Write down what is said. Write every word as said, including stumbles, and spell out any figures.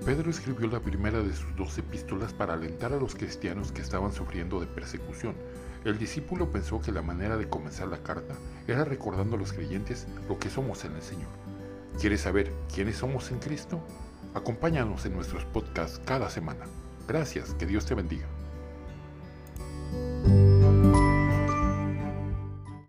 Pedro escribió la primera de sus dos epístolas para alentar a los cristianos que estaban sufriendo de persecución. El discípulo pensó que la manera de comenzar la carta era recordando a los creyentes lo que somos en el Señor. ¿Quieres saber quiénes somos en Cristo? Acompáñanos en nuestros podcasts cada semana. Gracias, que Dios te bendiga.